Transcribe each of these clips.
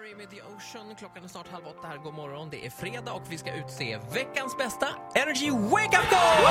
Carey med The Ocean. Klockan är snart 7:30 här. God morgon. Det är fredag och vi ska utse veckans bästa Energy Wake Up Call!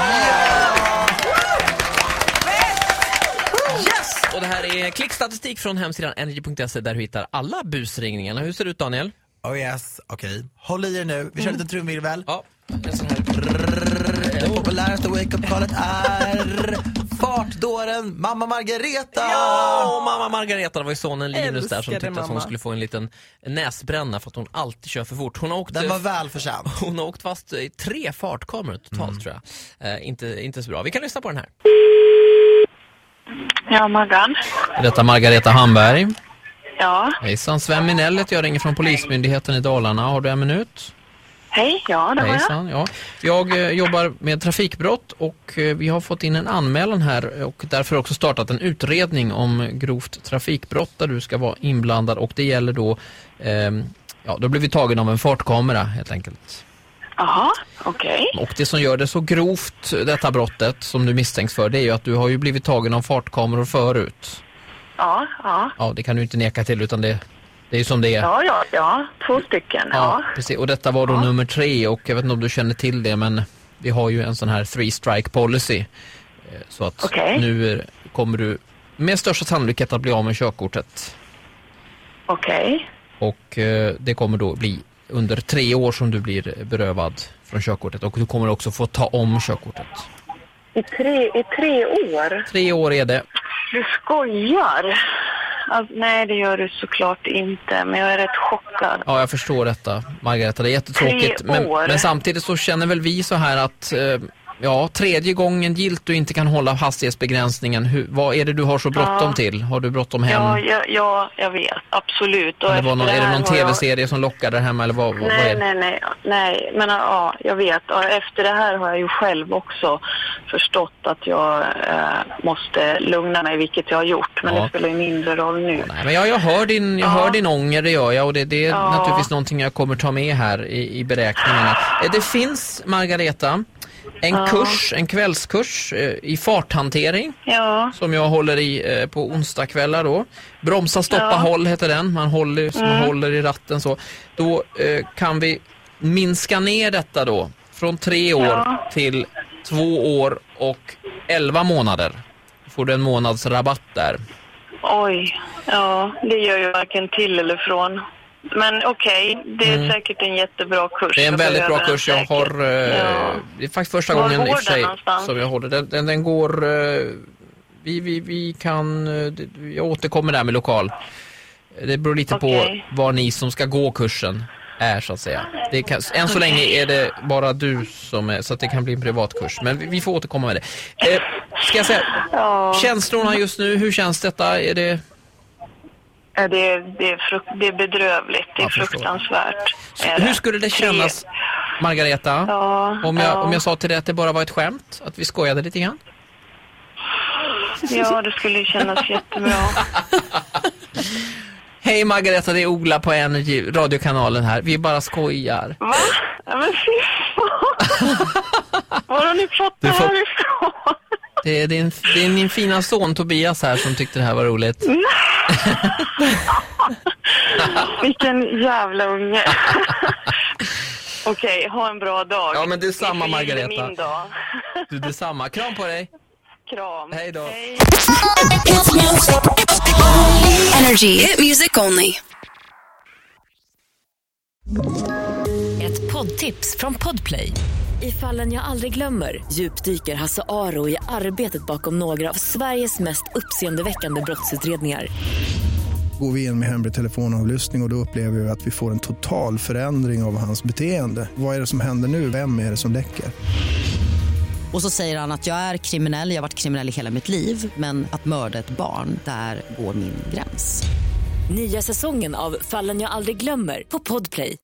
Yes! Och det här är klickstatistik från hemsidan energy.se där du hittar alla busringningarna. Hur ser det ut, Daniel? Oh yes, okej. Håll i er nu. Vi kör lite trumvirvel. Ja, en sån här. Det populäraste wake-up-callet är fartdåren Mamma Margareta. Ja, mamma Margareta, det var ju sonen Linus där som tyckte mamma. att hon skulle få en liten näsbränna för att hon alltid kör för fort. Hon Den var väl förtjänt. Hon har åkt fast i 3 fartkameror totalt tror jag. Inte så bra. Vi kan lyssna på den här. Ja, Morgan. Detta Margareta Hamberg. Ja, Hejsan, Sven Minellet. Jag ringer från Polismyndigheten i Dalarna. Har du en minut? hej. Ja, det var jag. Hejsan, ja. Jag jobbar med trafikbrott och vi har fått in en anmälan här och därför också startat en utredning om grovt trafikbrott där du ska vara inblandad och det gäller då, då blir vi tagen av en fartkamera helt enkelt. Jaha, okej. Och det som gör det så grovt, detta brottet som du misstänks för, det är ju att du har ju blivit tagen av fartkameror förut. Ja. Ja, det kan du inte neka till utan det är ju som det är. Ja. 2 stycken, ja. Precis. Och detta var då nummer 3 och jag vet inte om du känner till det men vi har ju en sån här 3-strike policy. Så att nu kommer du med största sannolikhet att bli av med körkortet. Okej. Och det kommer då bli under 3 år som du blir berövad från körkortet och du kommer också få ta om körkortet. I 3 år? 3 år är det. Du skojar. Alltså, nej, det gör du såklart inte, men jag är rätt chockad. Ja, jag förstår detta, Margareta. Det är jättetråkigt. 3 år. Men samtidigt så känner väl vi så här att 3:e gången gilt du inte kan hålla hastighetsbegränsningen. Vad är det du har så bråttom till? Har du bråttom hem? Ja, jag vet. Absolut. Och Är det någon tv-serie som lockar där hemma? Eller vad är det? Nej. Men ja, jag vet. Och efter det här har jag ju själv också förstått att jag måste lugna mig, vilket jag har gjort. Men det spelar ju mindre roll nu. Nej, men jag hör din ånger, det gör jag. Och det är naturligtvis någonting jag kommer ta med här i beräkningarna. Det finns, Margareta, en kvällskurs i farthantering som jag håller i på onsdagskvällar då. Bromsa, stoppa, håll heter den. Man håller i ratten så. Då kan vi minska ner detta då från 3 år till 2 år och 11 månader. Får du en månads rabatt där. Oj, det gör ju varken till eller från. Men okej, det är säkert en jättebra kurs. Det är en väldigt bra kurs. Jag har det är faktiskt första gången i och för sig som jag håller. Den går vi kan jag återkommer där med lokal. Det beror lite på var ni som ska gå kursen är så att säga. Än så länge är det bara du som är så att det kan bli en privatkurs. Men vi får återkomma med det. Ska jag säga känslorna just nu, hur känns detta? Är det det är bedrövligt. Det är fruktansvärt. Hur skulle det kännas, Margareta, om jag sa till dig att det bara var ett skämt? Att vi skojade lite grann? Ja, det skulle kännas jättebra. Hej Margareta, det är Ola på Energy, radiokanalen här. Vi bara skojar. Va? Ja, men fy fan. Var har ni fått det härifrån? Det är din fina son Tobias här som tyckte det här var roligt. Vilken jävla unge. Okej, ha en bra dag. Ja, men det är samma Margareta. Min dag. Det är samma. Kram på dig. Kram. Hej då. Hej. Energy. Hit music only. Ett poddtips från Podplay. I Fallen jag aldrig glömmer djupdyker Hasse Aro i arbetet bakom några av Sveriges mest uppseendeväckande brottsutredningar. Går vi in med hemlig telefonavlyssning och då upplever vi att vi får en total förändring av hans beteende. Vad är det som händer nu? Vem är det som läcker? Och så säger han att jag är kriminell, jag har varit kriminell i hela mitt liv. Men att mörda ett barn, där går min gräns. Nya säsongen av Fallen jag aldrig glömmer på Podplay.